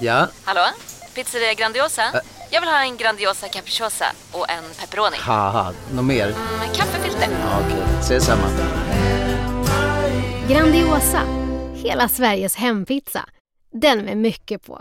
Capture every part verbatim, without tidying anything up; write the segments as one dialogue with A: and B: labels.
A: Ja?
B: Hallå? Pizzeria Grandiosa? Ä- Jag vill ha en Grandiosa capriciosa och en pepperoni.
A: Haha, något mer?
B: Mm, kaffefilter.
A: Ja, okej, okay. Ses samma.
C: Grandiosa, hela Sveriges hempizza. Den med mycket på.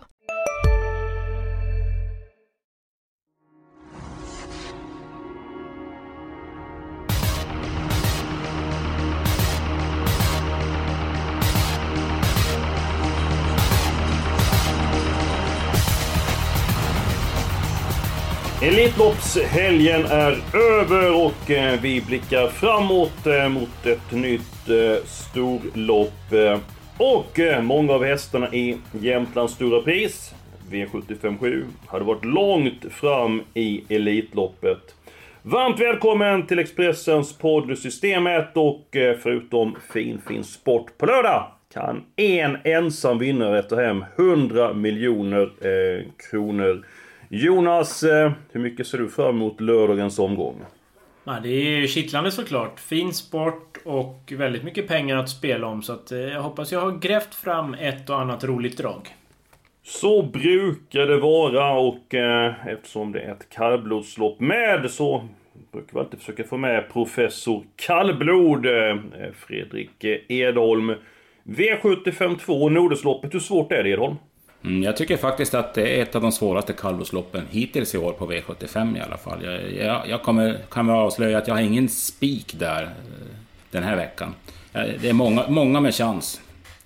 D: Elitloppshelgen är över och eh, vi blickar framåt eh, mot ett nytt eh, storlopp. Eh, och eh, många av hästarna i Jämtlands stora pris, V sjuttiofem sju, hade varit långt fram i Elitloppet. Varmt välkommen till Expressens poddsystemet och eh, förutom fin, fin sport på lördag kan en ensam vinnare ta hem hundra miljoner eh, kronor. Jonas, hur mycket ser du fram emot lördagens omgång?
E: Ja, det är ju kittlande såklart. Fin sport och väldigt mycket pengar att spela om. Så att, eh, jag hoppas jag har grävt fram ett och annat roligt drag.
D: Så brukar det vara och eh, eftersom det är ett kallblodslopp med så brukar vi alltid försöka få med professor Kallblod, eh, Fredrik Edholm. V sjuttiofem två, Nordersloppet, hur svårt är det, Edholm?
F: Mm, jag tycker faktiskt att det är ett av de svåraste kallblodsloppen hittills i år på V sjuttiofem i alla fall. Jag, jag, jag kommer, kan väl avslöja att jag har ingen spik där den här veckan. Det är många, många med chans.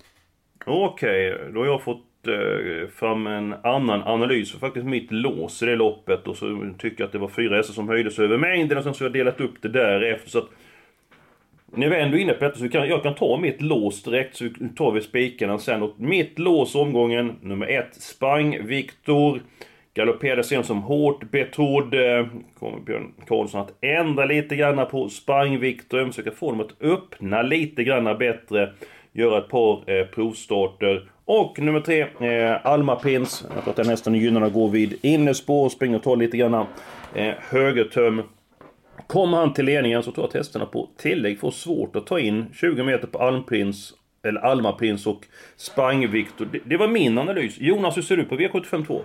D: Okej, okay, då har jag fått eh, fram en annan analys för faktiskt mitt lås i det loppet. Och så tycker jag att det var fyra hästar som höjdes över mängden och sen så har jag delat upp det därefter. Så att när vi ändå är inne på detta så kan, jag kan ta mitt lås direkt så tar vi spikarna sen. Och mitt lås omgången nummer ett, Spang Victor. Galopperade sen som hårt betrodd. Kommer Björn Karlsson att ändra lite grann på Spang Victor. Försöka få dem att öppna lite grann bättre. Göra ett par eh, provstarter. Och nummer tre, eh, Alma Pins. Jag tror att den nästan gynnarna går vid innespår. Springer och tar lite grann eh, högertöm. Kommer han till ledningen så tror jag att hästarna på tillägg får svårt att ta in tjugo meter på Almprins, eller Alma Prins och Spang Victor. Det, det var min analys. Jonas, hur ser du på V sjuttiofem två?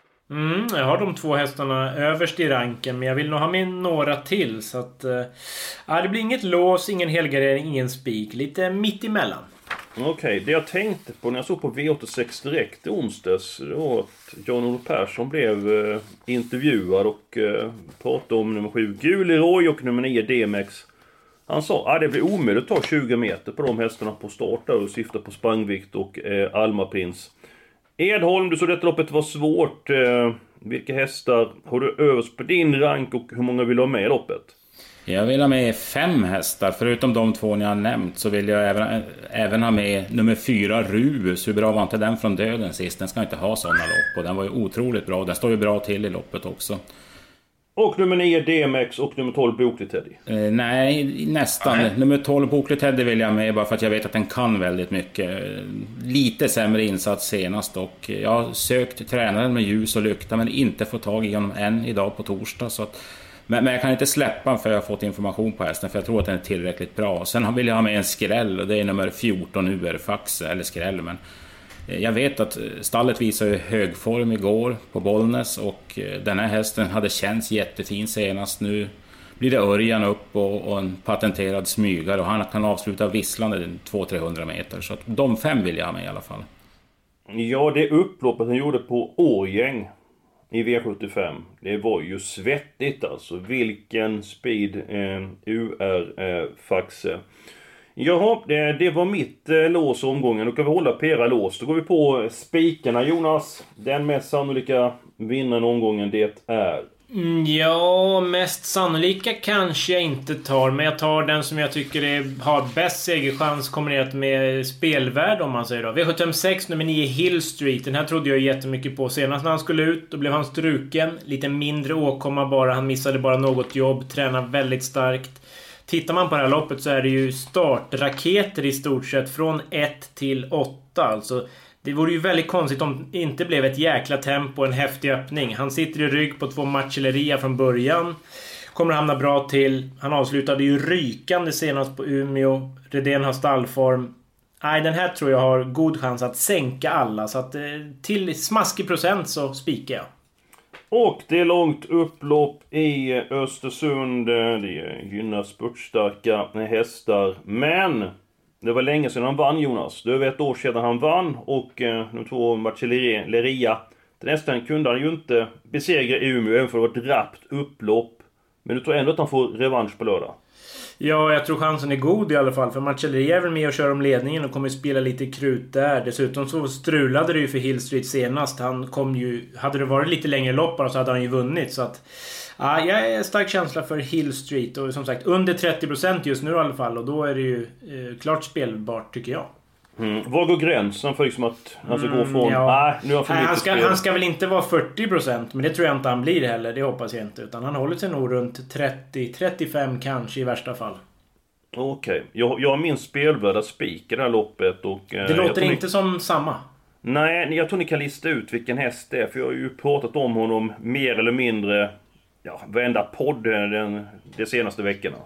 E: Mm, jag har de två hästarna överst i ranken, men jag vill nog ha med några till. Så att, äh, det blir inget lås, ingen helgardering, ingen spik. Lite mitt emellan.
D: Okej, okay, det jag tänkte på när jag såg på V åttiosex direkt i onsdags var att Jan-Olof Persson blev eh, intervjuad och eh, pratade om nummer sju Guleroy och nummer nio D M X. Han sa att ah, det blir omöjligt att ta tjugo meter på de hästarna på start där och syftar på Spangvikt och eh, Alma Prins. Edholm, du såg detta loppet var svårt. Eh, vilka hästar har du överst på din rank och hur många vill du ha med i loppet?
F: Jag vill ha med fem hästar. Förutom de två ni har nämnt så vill jag även, även ha med nummer fyra Rubus. Hur bra var inte den från döden sist? Den ska inte ha sådana lopp och den var ju otroligt bra. Den står ju bra till i loppet också.
D: Och nummer nio D M X och nummer tolv Bookly Teddy?
F: Eh, nej, nästan. Nej. Nummer tolv Bookly Teddy vill jag med bara för att jag vet att den kan väldigt mycket. Lite sämre insats senast och jag har sökt tränaren med ljus och lykta men inte fått tag i honom än idag på torsdag så att Men, men jag kan inte släppa för jag har fått information på hästen för jag tror att den är tillräckligt bra. Sen vill jag ha med en skräll och det är nummer fjorton U R Fax eller skräll. Men jag vet att stallet visade ju hög form igår på Bollnäs och den här hästen hade känts jättefin senast. Nu blir det Örjan upp och, och en patenterad smygare och han kan avsluta visslande två till trehundra meter. Så att de fem vill jag ha med i alla fall.
D: Ja, det upploppet han gjorde på Årgäng i V sjuttiofem, det var ju svettigt alltså. Vilken speed eh, U R eh, Faxe. Jaha, det, det var mitt eh, lås omgången. Då kan vi hålla pera lås. Då går vi på spikarna, Jonas. Den mest sannolika vinnaren omgången det är...
E: Mm, ja, mest sannolika kanske jag inte tar. Men jag tar den som jag tycker är, har bäst segerchans kombinerat med spelvärd om man säger då. V sjuttiofem nummer nio Hill Street. Den här trodde jag jättemycket på. Senast när han skulle ut, då blev han struken. Lite mindre åkomma bara. Han missade bara något jobb. Tränar väldigt starkt. Tittar man på det här loppet så är det ju startraketer i stort sett från ett till åtta. Alltså det vore ju väldigt konstigt om det inte blev ett jäkla tempo och en häftig öppning. Han sitter i rygg på två Marcelleria från början. Kommer hamna bra till. Han avslutade ju rykande senast på Umeå. Redén har stallform. Nej, den här tror jag har god chans att sänka alla. Så att eh, till smaskig procent så spikar jag.
D: Och det är långt upplopp i Östersund. Det gynnar spurtstarka hästar. Men det var länge sedan han vann, Jonas. Det är över ett år sedan han vann. Och eh, nummer två, Marcelleria. Den nästan kunde han ju inte besegra i Umeå, även för det var ett rappt upplopp. Men du tror ändå att han får revansch på lördag?
E: Ja, jag tror chansen är god i alla fall. För Marcelleria är väl med och kör om ledningen och kommer spela lite krut där. Dessutom så strulade det ju för Hill Street senast. Han kom ju... Hade det varit lite längre lopp bara så hade han ju vunnit. Så att... Ja, jag är stark känsla för Hill Street. Och som sagt, under trettio procent just nu i alla fall. Och då är det ju eh, klart spelbart, tycker jag.
D: Mm. Var går gränsen för liksom att han ska gå från...
E: Mm, ja.
D: Nej, nu har han för
E: Nej,
D: mycket
E: han, ska,
D: spel.
E: han ska väl inte vara fyrtio procent. Men det tror jag inte han blir heller. Det hoppas jag inte. Utan han håller sig nog runt trettio trettiofem kanske i värsta fall.
D: Okej. Okay. Jag, jag har min spelvärda spik i det här loppet. Och, eh,
E: det låter
D: ni...
E: inte som samma.
D: Nej, jag tror ni kan lista ut vilken häst det är. För jag har ju pratat om honom mer eller mindre... Ja, varenda podd den, de senaste veckorna.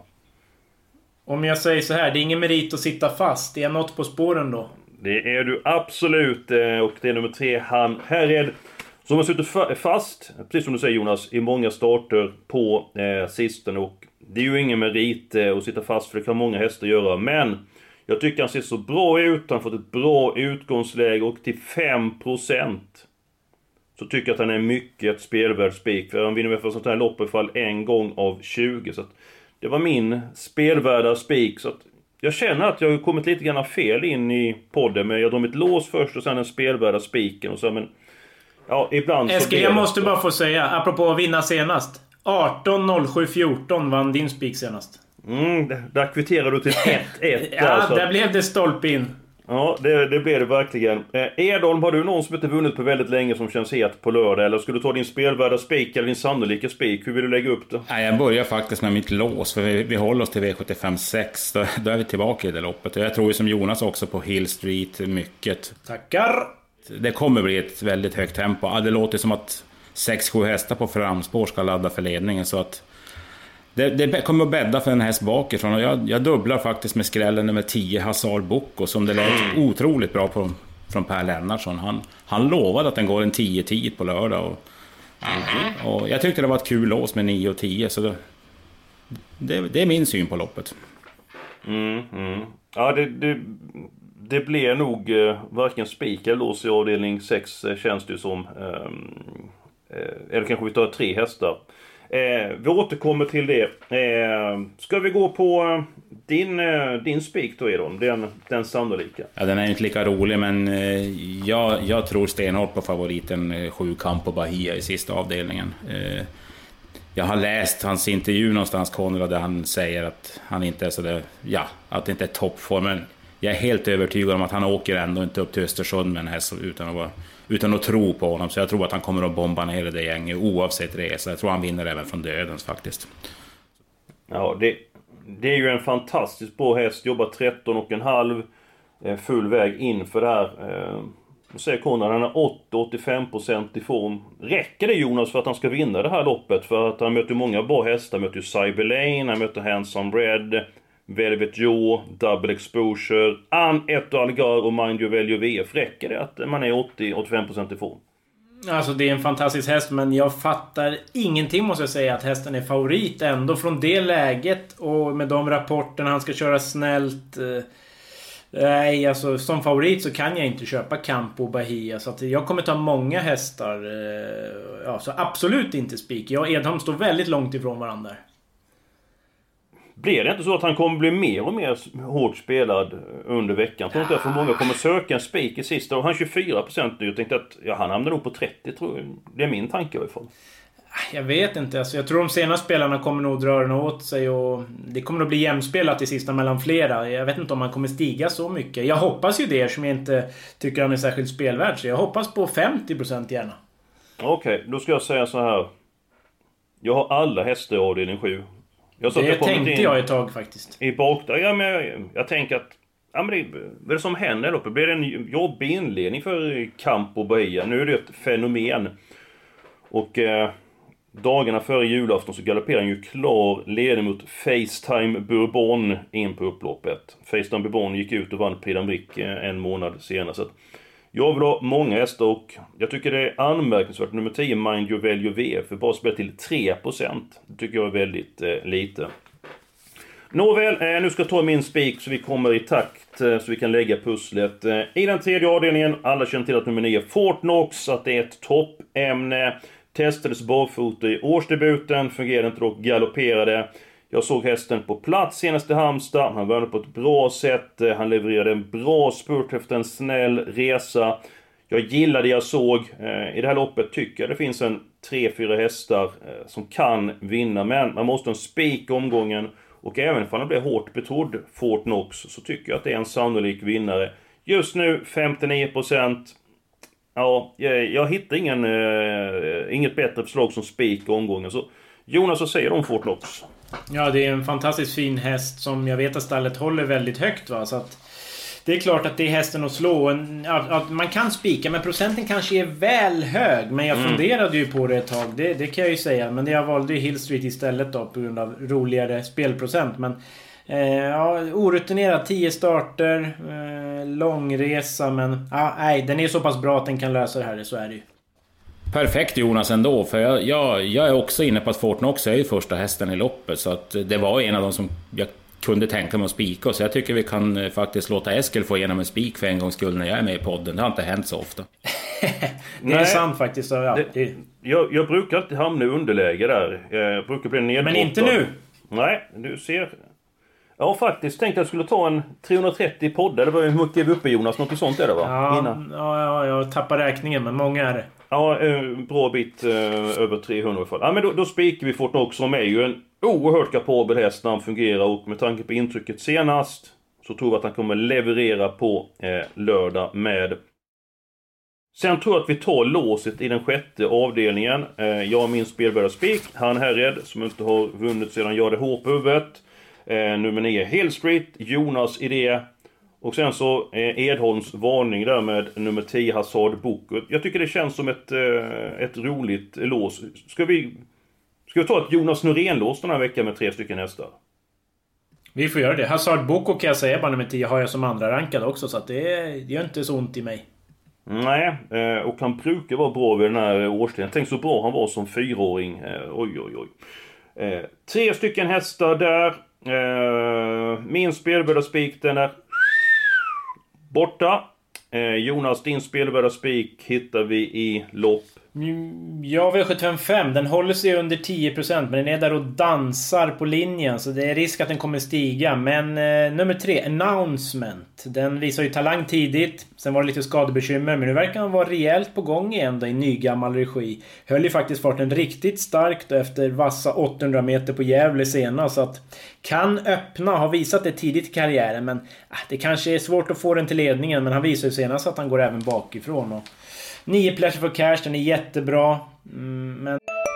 E: Om jag säger så här, det är ingen merit att sitta fast. Det är något på spåren då.
D: Det är du absolut. Och det är nummer tre, Han Herred. Som har suttit fast, precis som du säger Jonas, i många starter på eh, sisten. Och det är ju ingen merit eh, att sitta fast, för det kan många hästar göra. Men jag tycker han ser så bra ut. Han har fått ett bra utgångsläge. Och till fem procent så tycker jag att han är mycket spelvärd spik. För han vinner med för sånt här lopp i fall en gång av tjugo. Så att det var min spelvärda spik. Så att jag känner att jag har kommit lite grann fel in i podden. Men jag drar mitt lås först och sen den spelvärda spiken. Och så, men ja, ibland
E: Eskil,
D: så
E: jag måste bara få säga, apropå att vinna senast. arton noll sju fjorton vann din spik senast.
D: Mm, där kvitterar du till ett ett.
E: Ja,
D: alltså.
E: Där blev det stolp in.
D: Ja, det, det blev det verkligen. Eh, Edholm, har du någon som inte vunnit på väldigt länge som känns het på lördag? Eller ska du ta din spelvärda spik eller din sannolika spik? Hur vill du lägga upp det?
F: Nej, jag börjar faktiskt med mitt lås. För vi, vi håller oss till V sjuttiofem sex. Då, då är vi tillbaka i det loppet. Och jag tror ju som Jonas också på Hill Street mycket.
E: Tackar!
F: Det kommer bli ett väldigt högt tempo. Ja, det låter som att sex sju hästar på framspår ska ladda för ledningen. Så att det, det kommer att bädda för en häst bakifrån. Och jag, jag dubblar faktiskt med skrällen nummer tio, Hazard Boko, som det lät mm. otroligt bra på, från Per Lennartsson. Han, han lovade att den går en tio tio på lördag. Och, mm. och jag tyckte det var ett kul lås med nio och tio. Så det, det, det är min syn på loppet.
D: Mm, mm. Ja, det... det... Det blir nog eh, varken spik eller lås i avdelning sex eh, känns det som. Eh, eh, eller kanske vi tar tre hästar. Eh, vi återkommer till det. Eh, ska vi gå på eh, din, eh, din spik då, Edon? Den, den sannolika.
F: Ja, den är inte lika rolig, men eh, jag, jag tror stenhårt på favoriten eh, sju Campo Bahia i sista avdelningen. Eh, jag har läst hans intervju någonstans, Konrad, där han säger att han inte är så där, ja, att det inte är toppform, men jag är helt övertygad om att han åker ändå inte upp till Östersund med en häst utan att, vara, utan att tro på honom. Så jag tror att han kommer att bomba ner det gänget oavsett resa. Jag tror han vinner även från dödens faktiskt.
D: Ja, det, det är ju en fantastiskt bra häst. Jobbar tretton och en halv full väg in för det här. Nu säger Konrad, han är åttio till åttiofem procent i form. Räcker det, Jonas, för att han ska vinna det här loppet? För att han möter många bra hästar. Han möter ju Cyber Lane, han möter Handsome Red, Velvet Joe, Double Exposure, An Etto Algar och Mind Your Value V F. Räcker det att man är åttio till åttiofem procent i form?
E: Alltså det är en fantastisk häst, men jag fattar ingenting, måste jag säga, att hästen är favorit ändå från det läget och med de rapporterna han ska köra snällt. Nej, alltså som favorit så kan jag inte köpa Campo Bahia, så att jag kommer ta många hästar. Ja, så absolut inte spik. Jag och Edholm står väldigt långt ifrån varandra.
D: Blir det inte så att han kommer bli mer och mer hårt spelad under veckan? Jag tror inte att för många kommer söka en spik i sista. Och han tjugofyra procent nu. Jag tänkte att ja, han hamnar nog på trettio, tror jag. Det är min tanke i alla fall.
E: Jag vet inte. Alltså, jag tror de senaste spelarna kommer nog dra den åt sig. Och det kommer att bli jämspelat i sista mellan flera. Jag vet inte om han kommer stiga så mycket. Jag hoppas ju det, som jag inte tycker han är särskilt spelvärd. Så jag hoppas på femtio procent gärna.
D: Okej, okay, då ska jag säga så här. Jag har alla hästar i avdelning sju. Jag
E: det jag tänkte jag ett tag faktiskt.
D: I bak, ja, men jag, jag tänker att ja, men det, vad är det som händer då? Blir det en jobbig inledning för Campo Bahia? Nu är det ett fenomen. Och eh, dagarna före julafton så galopperar han ju klar ledning mot Facetime Bourbon in på upploppet. Facetime Bourbon gick ut och vann Prix d'Amérique en månad senare. Så att jag vill ha många hästar och jag tycker det är anmärkningsvärt. Nummer tio, Mind Your Value V F, för bara spelar till tre procent. Det tycker jag är väldigt eh, lite. Nåväl, eh, nu ska jag ta min spik så vi kommer i takt eh, så vi kan lägga pusslet. Eh, I den tredje avdelningen, alla känner till att nummer nio, Fortnox, att det är ett toppämne. Testades barfota i årsdebuten, fungerade inte dock, galopperade. Jag såg hästen på plats senast i Halmstad. Han vann på ett bra sätt. Han levererade en bra spurt efter en snäll resa. Jag gillade det jag såg. I det här loppet tycker jag det finns en tre fyra hästar som kan vinna. Men man måste ha en spik omgången. Och även om han blir hårt betrodd Fortnox så tycker jag att det är en sannolik vinnare. Just nu femtionio procent. Ja, jag, jag hittar ingen, äh, inget bättre förslag som spik omgången. Så Jonas, vad säger du om Fortnox?
E: Ja, det är en fantastiskt fin häst som jag vet att stallet håller väldigt högt, va? Så att det är klart att det är hästen att slå. En, att, att man kan spika, men procenten kanske är väl hög. Men jag mm. funderade ju på det ett tag, det, det kan jag ju säga. Men det jag valde ju Hill Street istället då på grund av roligare spelprocent. Men eh, ja, orutinerad, tio starter, eh, långresa. Men ja, nej, den är så pass bra att den kan lösa det här, så är det ju.
F: Perfekt Jonas ändå, för jag, jag, jag är också inne på att Fortnox är ju första hästen i loppet, så att det var en av dem som jag kunde tänka mig att spika, så jag tycker vi kan faktiskt låta Eskil få igenom en spik för en gångs skull när jag är med i podden. Det har inte hänt så ofta.
E: Det är Nej, sant faktiskt. Så, ja,
D: det,
E: det...
D: jag, jag brukar alltid hamna i underläge där. Jag brukar bli nedbrottad.
E: Men inte nu!
D: Nej, du ser. Ja, faktiskt tänkte jag skulle ta en trehundratrettio poddar. Det var ju hur mycket vi uppe, Jonas, något sånt är det, va?
E: Ja, Innan. ja, ja, jag tappar räkningen, men många är det.
D: Ja, bra bit eh, över trehundra i alla fall. Ja, men då, då spikar vi Fortnox, som är ju en oerhört kapabel häst när han fungerar. Och med tanke på intrycket senast så tror jag att han kommer leverera på eh, lördag med. Sen tror jag att vi tar låset i den sjätte avdelningen. Eh, jag min spelvärda spik. Han Herred som inte har vunnit sedan jag hade hår på huvudet. Eh, nummer nio Hill Street, Jonas idé. Och sen så eh, Edholms varning där med nummer tio Hazard Boko. Jag tycker det känns som ett, eh, ett roligt lås. Ska vi, ska vi ta ett Jonas Norén-lås den här veckan med tre stycken hästar?
E: Vi får göra det. Hazard Boko kan jag säga, bara nummer tio har jag som andra rankad också. Så att det, det gör inte så ont i mig.
D: Nej, eh, och han brukar vara bra vid den här årstiden. Tänk så bra han var som fyraåring. Eh, oj, oj, oj. Eh, tre stycken hästar där. Eh, min spelvärda spik, den är borta. Eh, Jonas, din spelvärda spik hittar vi i lopp.
E: Ja, V sjuttiofem, den håller sig under tio procent, men den är där och dansar på linjen, så det är risk att den kommer stiga. Men eh, nummer tre, Announcement, den visar ju talang tidigt. Sen var det lite skadebekymmer, men nu verkar han vara rejält på gång igen då, i nygammal regi. Höll ju faktiskt farten riktigt starkt efter vassa åttahundra meter på Gävle senast, så att kan öppna, har visat det tidigt i karriären. Men ah, det kanske är svårt att få den till ledningen, men han visar ju senast att han går även bakifrån. Och nio Pleasure for Cash, den är jättebra. Mm, men...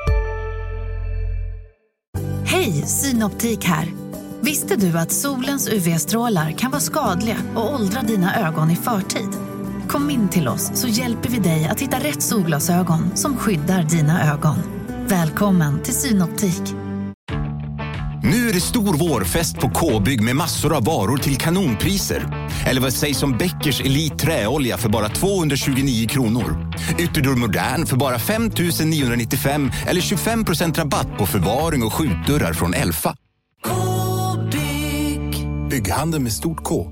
G: Hej, Synoptik här. Visste du att solens U V-strålar kan vara skadliga och åldra dina ögon i förtid? Kom in till oss så hjälper vi dig att hitta rätt solglasögon som skyddar dina ögon. Välkommen till Synoptik.
H: Nu är det stor vårfest på K-bygg med massor av varor till kanonpriser. Eller vad sägs om Bäckers Elite träolja för bara tvåhundratjugonio kronor. Ytterdörr Modern för bara fem tusen niohundranittiofem eller tjugofem procent rabatt på förvaring och skjutdörrar från Elfa. K-bygg. Bygghandel med stort K.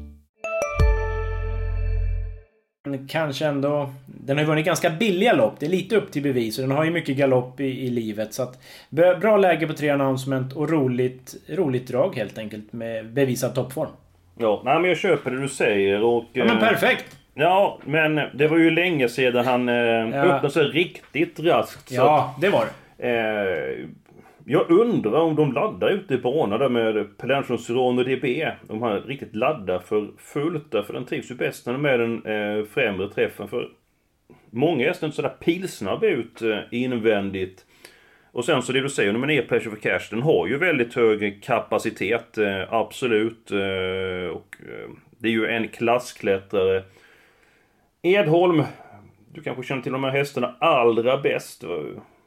E: Kanske ändå... Den har ju vunnit ganska billiga lopp. Det är lite upp till bevis. Och den har ju mycket galopp i, i livet. Så att bra läge på tre Announcement. Och roligt, roligt drag helt enkelt. Med bevisad toppform.
D: Ja, nej, men jag köper det du säger. Och,
E: ja, men perfekt.
D: Ja, men det var ju länge sedan han eh, ja. öppnade sig riktigt raskt. Så
E: ja, det var det.
D: Eh, jag undrar om de laddar ute i banan där med Pelanchon, Suron och D B. De har riktigt laddar för fullt där. För den trivs ju bäst med den eh, främre träffen. För många är inte sådär pilsnabb ut eh, invändigt. Och sen så det du säger, nummer nio Pleasure for Cash, den har ju väldigt hög kapacitet, eh, absolut. Eh, och eh, det är ju en klassklättrare. Edholm, du kanske känner till de här hästarna allra bäst.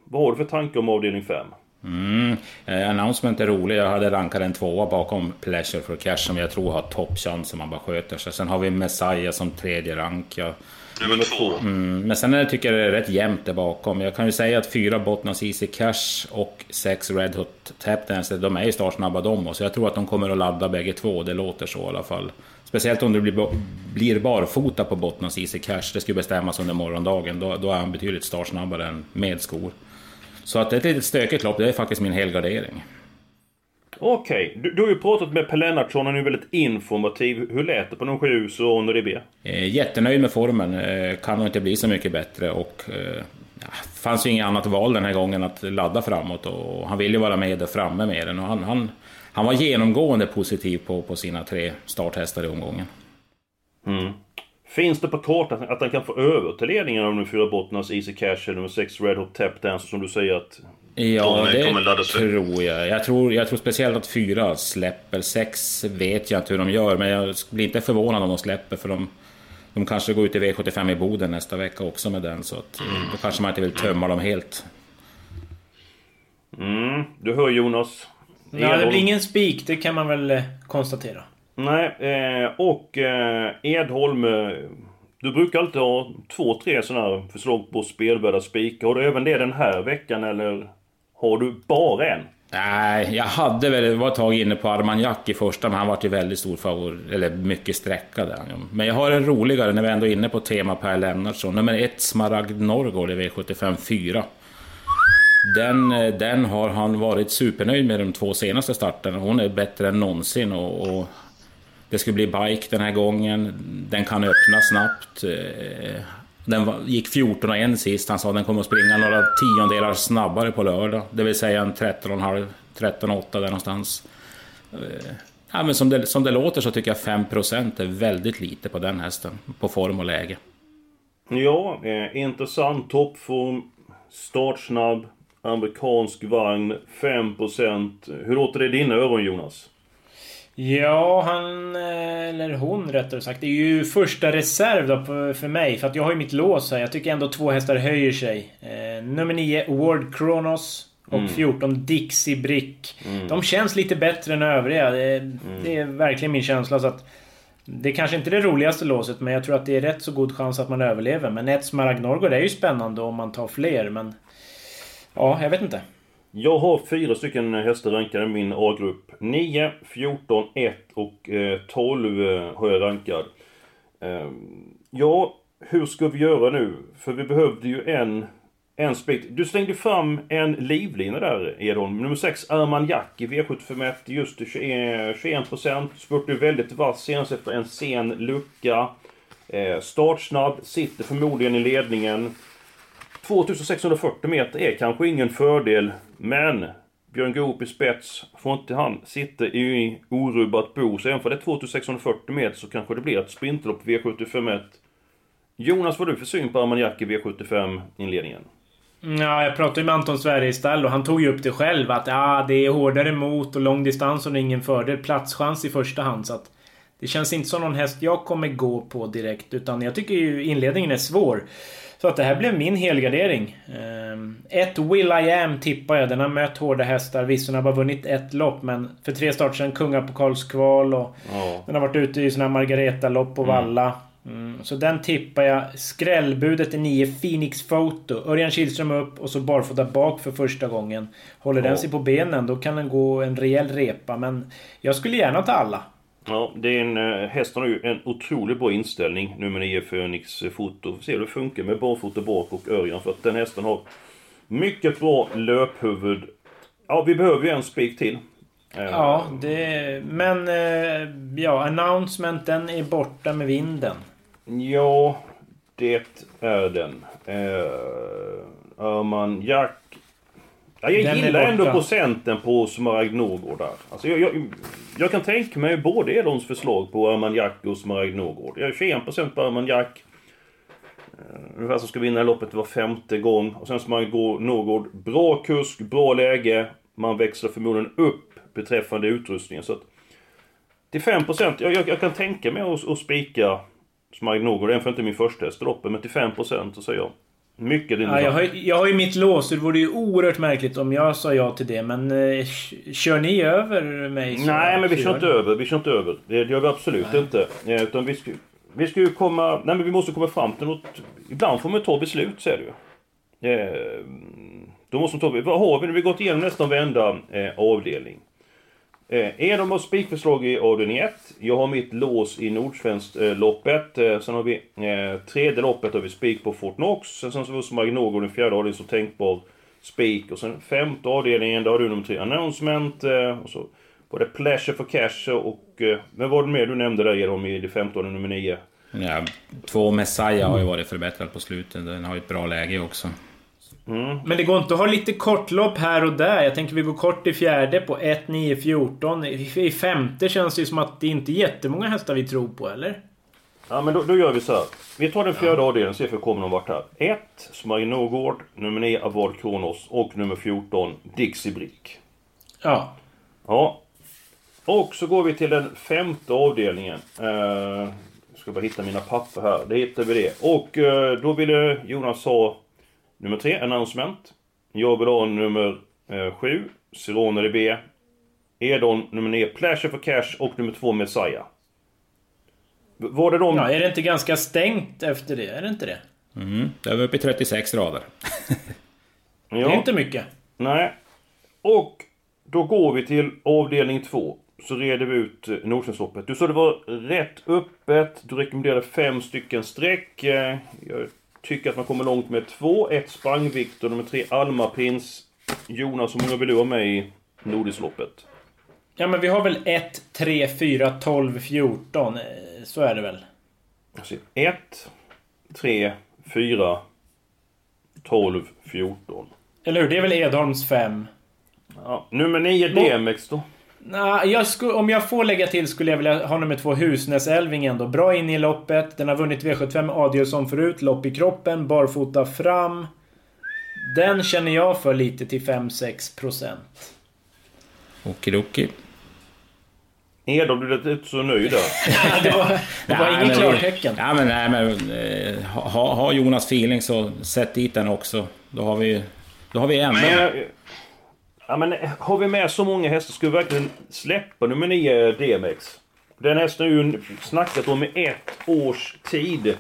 D: Vad har du för tankar om avdelning fem?
F: Mm. Eh, announcement är rolig. Jag hade rankat en tvåa bakom Pleasure for Cash som jag tror har toppchans om man bara sköter sig. Sen har vi Messiah som tredje rank. Jag...
D: Nummer två.
F: Mm. Men sen är, tycker jag det är rätt jämnt där bakom. Jag kan ju säga att fyra Bottnas Easy Cash och sex Red Hot Tap Dance, de är ju startsnabba de. Så jag tror att de kommer att ladda bägge två. Det låter så i alla fall. Speciellt om det blir, blir barfota på Bottnas Easy Cash. Det skulle bestämmas under morgondagen. Då, då är han betydligt startsnabbare än med skor. Så att ett litet stökigt lopp, det är faktiskt min helgardering.
D: Okej, okay. du, du har ju pratat med Per Lennartsson, han är väldigt informativ. Hur lät det på de sju så under D B?
F: Eh, jättenöjd med formen, eh, kan nog inte bli så mycket bättre. Och eh, ja, fanns ju inget annat val den här gången att ladda framåt. Och han vill ju vara med där framme med den. Och han, han, han var genomgående positiv på, på sina tre starthästar i omgången.
D: Mm. Finns det på kartan att han kan få över till ledningen av de fyra Bottnas Easy Cash eller nummer sex Red Hot Tap Dance som du säger att...
F: Ja, det tror jag. Jag tror, jag tror speciellt att fyra släpper. Sex vet jag inte hur de gör, men jag blir inte förvånad om de släpper, för de, de kanske går ut i V sjuttiofem i Boden nästa vecka också med den, så att, mm. då kanske man inte vill tömma dem helt.
D: Mm, du hör Jonas.
E: Ja, det blir ingen spik, det kan man väl konstatera.
D: Nej, eh, och eh, Edholm, eh, du brukar alltid ha två, tre sådana här förslag på spelvärda spikar. Har du även det den här veckan eller har du bara en?
F: Nej, jag hade väl var ett tag inne på Armagnac i första, men han var ju väldigt stor favor, eller mycket sträcka där. Men jag har en roligare när vi ändå är inne på tema Per Lennartsson. Nummer ett Smaragd Norrgård i V sjuttiofem fyra. Den, den har han varit supernöjd med de två senaste starterna. Hon är bättre än någonsin och, och det skulle bli bike den här gången. Den kan öppna snabbt. Den gick fjorton och en sist. Han sa att den kommer att springa några tiondelar snabbare på lördag. Det vill säga en tretton och en halv, tretton och åtta där någonstans. Ja, men som det, som det låter så tycker jag fem procent är väldigt lite på den hästen. På form och läge.
D: Ja, eh, intressant toppform. Startsnabb. Amerikansk vagn. fem procent. Hur låter det i dina öron, Jonas?
E: Ja, han, eller hon rättare sagt, det är ju första reserv då för mig. För att jag har ju mitt lås här. Jag tycker ändå två hästar höjer sig. Eh, nummer nio, Word Kronos. Och mm. fjorton, Dixie Brick. Mm. De känns lite bättre än övriga. Det, mm. det är verkligen min känsla. Så att det är kanske inte det roligaste låset, men jag tror att det är rätt så god chans att man överlever. Men ett Smaragd Norrgård är ju spännande om man tar fler. Men ja, jag vet inte.
D: Jag har fyra stycken hästar rankade i min A-grupp. nio, fjorton, ett och eh, tolv eh, har jag rankad. Eh, ja, hur ska vi göra nu? För vi behövde ju en, en spik. Du slängde fram en livlina där, Edholm. Nummer sex, Armagnac i V sjuttiofem just tjugoen procent. Spurt du väldigt vass senast efter en sen lucka. Eh, startsnabb, sitter förmodligen i ledningen. tvåtusensexhundrafyrtio meter är kanske ingen fördel, men Björn Goop i spets får inte han sitta i orubbat bo, så även för det tvåtusensexhundrafyrtio meter så kanske det blir ett sprintlopp V sjuttiofem. Jonas, vad du för syn på Armagnac i V sjuttiofem inledningen?
E: Ja, jag pratade med Anton Sverige i stall och han tog ju upp det själv att ja, det är hårdare mot och lång distans och det är ingen fördel, platschans i första hand, så att det känns inte som någon häst jag kommer gå på direkt, utan jag tycker ju inledningen är svår. Så att det här blev min helgardering. Ett Will I Am tippar jag. Den har mött hårda hästar. Visserligen har bara vunnit ett lopp, men för tre starter sedan Kungapokalskval och oh. den har varit ute i såna Margareta-lopp och Valla. Mm. Så den tippar jag. Skrällbudet är nio Phoenix Photo. Örjan Kihlström upp och så barfota bak för första gången. Håller oh. den sig på benen, då kan den gå en rejäl repa. Men jag skulle gärna ta alla.
D: Ja, det är en, äh, hästen har ju en otroligt bra inställning. Nummer nio Phoenix Foto. Se hur det funkar med barfota bak och Örjan. För att den hästen har mycket bra löphuvud. Ja, vi behöver ju en spik till. Äh,
E: ja, det, men äh, ja, announcement, den är borta med vinden.
D: Ja, det är den. Äh, Armagnac. Ja, jag den gillar ändå procenten på Smaragd Norrgård där. Alltså jag, jag, jag kan tänka mig både Edholms förslag på Armagnac och Smaragd Norrgård. Jag är tjugoen procent på Armagnac. Ungefär som ska vinna loppet var femte gång. Och sen Smaragd Norrgård. Bra kusk, bra läge. Man växlar förmodligen upp beträffande utrustningen. Så att till fem procent, jag, jag, jag kan tänka mig att, att spika Smaragd Norrgård. Den för inte min första häst loppet, men till fem procent så säger jag. Mycket
E: ja, jag, har, jag har ju mitt lås, så det vore ju oerhört märkligt om jag sa ja till det. Men eh, kör ni över mig? Så
D: nej, men vi kör inte över. Vi kör inte över. Det gör vi absolut nej. inte. Ja, utan vi ska, vi ska ju komma... Nej, men vi måste komma fram till något... Ibland får man ta beslut, säger du. Eh, då måste man ta... Vad har vi nu? Vi har gått igenom nästan varenda eh, avdelning. Eh, är de har spikförslag i avdelning ett. Jag har mitt lås i Nordsvenskt eh, loppet. Eh, sen har vi eh, tredje loppet har vi spik på Fort Knox. Sen så har vi också Magnogård, den fjärde avdelningen som tänkbar spik. Och sen femte avdelningen, där har du nummer tre announcement. Eh, och så var det Pleasure for Cash. Och, eh, men vad var det mer du nämnde där om i det femte avdelningen nummer nio?
F: Ja, två Messiah har ju varit förbättrad på slutet. Den har ju ett bra läge också.
E: Mm. Men det går inte att ha lite kortlopp här och där. Jag tänker vi går kort i fjärde på ett nio fjorton. I femte känns det ju som att det inte är jättemånga hästar vi tror på, eller?
D: Ja, men då, då gör vi så här. Vi tar den fjärde ja. avdelningen och ser för kommer de vart här. ett Magnogård, nummer nio Avad Kronos och nummer fjorton Dixie Brick.
E: Ja.
D: Ja. Och så går vi till den femte avdelningen. Uh, jag ska bara hitta mina papper här. Det hittar vi det. Och uh, då ville Jonas ha nummer tre, announcement. Jag vill ha nummer eh, sju, Sironer B. Edon, nummer nio, Pleasure for Cash och nummer två, Messiah. Var det de...
E: Ja, är det inte ganska stängt efter det? Är det inte det?
F: Mm, det är uppe i trettiosex rader.
D: Ja.
E: Det är inte mycket.
D: Nej. Och då går vi till avdelning två. Så reder vi ut Nordsjönloppet. Du sa det var rätt öppet. Du rekommenderade fem stycken streck. Jag tycker att man kommer långt med två. Ett Spang Victor, nummer tre Alma Prins. Jonas, hur många vill du ha med i Nordisloppet?
E: Ja, men vi har väl ett, tre, fyra, tolv, fjorton. Så är det väl.
D: ett, tre, fyra, tolv, fjorton.
E: Eller hur? Det är väl Edholms fem.
D: Ja, nummer nio D M X då?
E: Nej, jag skulle, om jag får lägga till skulle jag vilja ha nummer två Husnäs Elving ändå. Bra in i loppet. Den har vunnit V sjuttiofem Adielsson förut. Lopp i kroppen. Barfota fram. Den känner jag för lite till fem till sex procent.
F: Okidoki.
D: Edholm, du lät inte så nöjd där.
E: det var, det var inget klartecken.
F: Ja, men nej, men eh, ha, ha Jonas feeling så sätt dit den också. Då har vi då har vi en.
D: Men, ja, men har vi med så många hästar ska vi verkligen släppa nummer nio D M X. Den hästen är ju snackat om i ett års tid.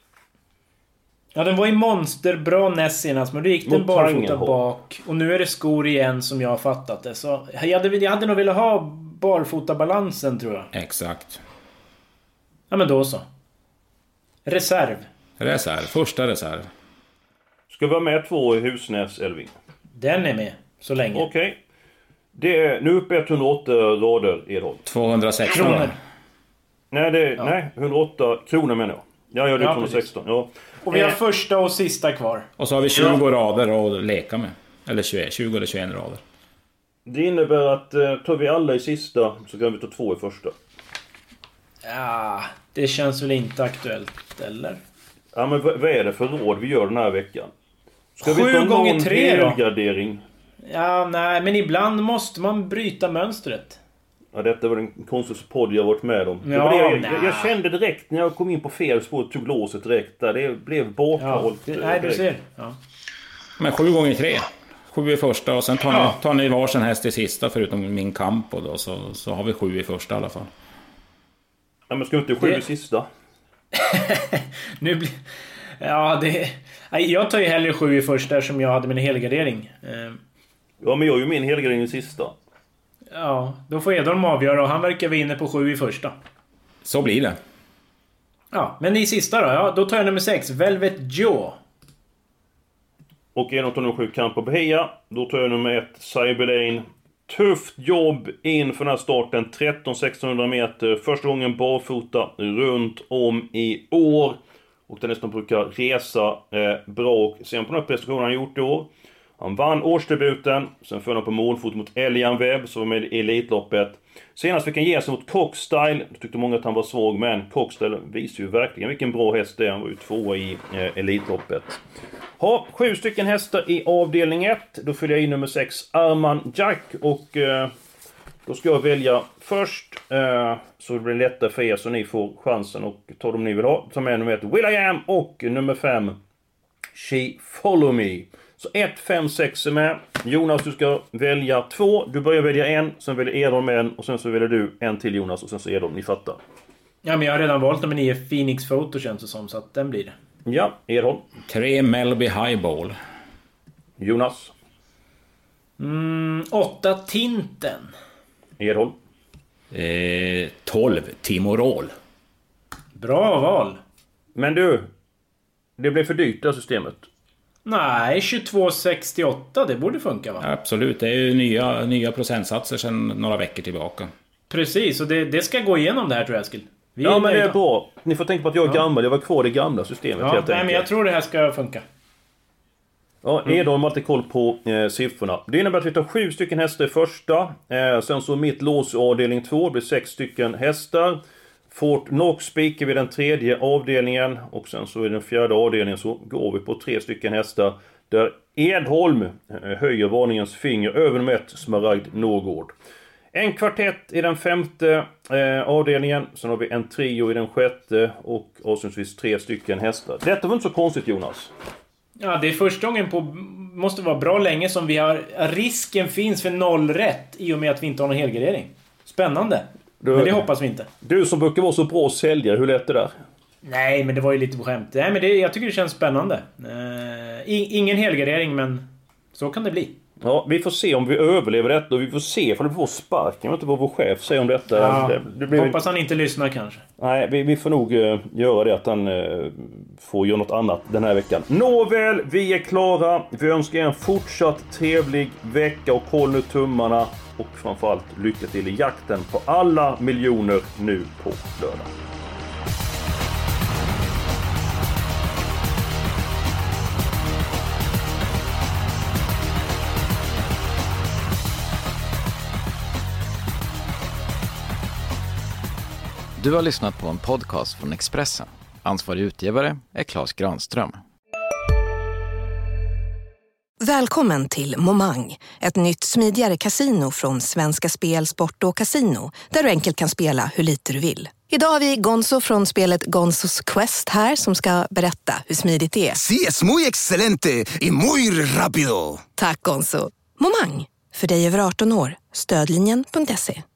E: Ja, den var i monster bra näst senast, men då gick den barfota bak. Och nu är det skor igen som jag har fattat det. Så jag hade, jag hade nog velat ha barfota balansen, tror jag.
F: Exakt.
E: Ja, men då så. Reserv.
F: Reserv, första reserv.
D: Ska vi ha med två i Husnäs Elving?
E: Den är med, så länge.
D: Okej. Okay. Det är nu uppe etthundraåtta rader Edholm.
F: tvåhundrasexton
E: kronor.
D: Nej, det är, ja. nej, hundraåtta kronor menar jag. Ja, jag är
E: ja,
D: tvåhundrasexton. Ja.
E: Och vi har
D: eh.
E: första och sista kvar.
F: Och så har vi tjugo ja. rader att leka med. Eller tjugo, tjugo eller tjugoen rader.
D: Det innebär att eh, tar vi alla i sista så kan vi ta två i första.
E: Ja, det känns väl inte aktuellt, eller?
D: Ja, men vad, vad är det för råd vi gör den här veckan? Ska
E: Sju
D: vi ta
E: gånger
D: någon
E: tre då?
D: helgardering?
E: Ja, nej, men ibland måste man bryta mönstret.
D: Ja, detta var den konstigaste podd jag varit med om.
E: Ja,
D: det var det jag, jag, jag kände direkt när jag kom in på fel spår och tog låset direkt där. Det blev bakhållt.
E: Ja, nej, du ser. Ja.
F: Men sju gånger tre. Sju i första och sen tar, ja. ni, tar ni varsin häst i sista förutom min kamp och då, så, så har vi sju i första i alla fall.
D: Ja, men ska vi inte sju
E: det...
D: i sista?
E: nu blir... Ja, det... Jag tar ju hellre sju i första som jag hade min helgardering.
D: Ja, men jag är ju min helgardering i sista.
E: Ja, då får Edholm avgöra och han verkar vara inne på sju i första.
F: Så blir det.
E: Ja, men i sista då? Ja, då tar jag nummer sex, Velvet Jaw.
D: Och en av nummer sju, Campo Bahia. Då tar jag nummer ett, Cyberlane. Tufft jobb inför den här starten. tretton sextonhundra meter. Första gången barfota runt om i år. Och den nästan brukar resa eh, bra. Och sen på den här prestationen han gjort i år. Han vann årsdebuten. Sen föll han på målfot mot Elian Webb som var med i Elitloppet. Senast fick han ge sig mot Cockstyle. Då tyckte många att han var svag. Men Cockstyle visar ju verkligen vilken bra häst det är. Han var ju tvåa i eh, Elitloppet. Ha, sju stycken hästar i avdelning ett. Då följer jag in nummer sex, Arman Jack. Och eh, då ska jag välja först. Eh, så det blir lättare för er så ni får chansen. Och ta dem ni vill ha. Ta med nummer ett, Will I Am. Och nummer fem, She Follow Me. Så ett, fem, sex är med. Jonas, du ska välja två. Du börjar välja en, sen väljer Edholm en. Och sen så väljer du en till Jonas och sen så Edholm. Ni fattar.
E: Ja, men jag har redan valt nummer nio, Phoenix Photo, känns det som. Så att den blir det.
D: Ja, Edholm.
F: Tre Melby Highball.
D: Jonas.
E: Mm, åtta Tinten.
D: Edholm.
F: Eh, tolv Timorol.
E: Bra val.
D: Men du, det blev för dyrt det här systemet.
E: Nej, tjugotvå sextioåtta, det borde funka, va?
F: Absolut, det är ju nya, nya procentsatser sedan några veckor tillbaka.
E: Precis, och det, det ska gå igenom det här, tror jag, Eskil. Vi
D: Ja, men det
E: nöjda.
D: är bra. Ni får tänka på att jag är
E: Ja.
D: gammal. Jag var kvar i det gamla systemet,
E: Ja,
D: helt
E: nej,
D: enkelt.
E: men jag tror det här ska funka.
D: Ja, Edholm har alltid koll på eh, siffrorna. Det innebär att vi tar sju stycken hästar i första. Eh, sen så mitt lås i avdelning två blir sex stycken hästar. Fort Knox spikar vi den tredje avdelningen. Och sen så i den fjärde avdelningen så går vi på tre stycken hästar. Där Edholm eh, höjer varningens finger över med ett Smaragd Norrgård. En kvartett i den femte eh, avdelningen. Sen har vi en trio i den sjätte. Och avslutningsvis tre stycken hästar. Detta var inte så konstigt, Jonas.
E: Ja, det är första gången på... Måste vara bra länge som vi har... Risken finns för noll rätt i och med att vi inte har någon helgardering. Spännande.
D: Du,
E: men det hoppas vi inte.
D: Du som brukar vara så bra säljare, hur lät det där?
E: Nej, men det var ju lite på skämt. Nej, men det, jag tycker det känns spännande. Uh, ingen helgardering, men så kan det bli.
D: Ja, vi får se om vi överlever detta och vi får se ifall vi får sparken. Jag vet inte vad vår chef säger om detta.
E: Ja,
D: det, det blir...
E: Hoppas han inte lyssnar kanske.
D: Nej, vi, vi får nog uh, göra det att han uh, får göra något annat den här veckan. Nåväl, vi är klara. Vi önskar er en fortsatt trevlig vecka och håll nu tummarna. Och framförallt lycka till i jakten på alla miljoner nu på lördag.
A: Du har lyssnat på en podcast från Expressen. Ansvarig utgivare är Claes Granström.
I: Välkommen till Momang, ett nytt smidigare kasino från Svenska Spel, Sport och Casino, där du enkelt kan spela hur lite du vill. Idag har vi Gonzo från spelet Gonzos Quest här som ska berätta hur smidigt det är.
J: Sí, es muy excelente y muy rápido.
I: Tack Gonzo. Momang, för dig över arton år. Stödlinjen punkt se.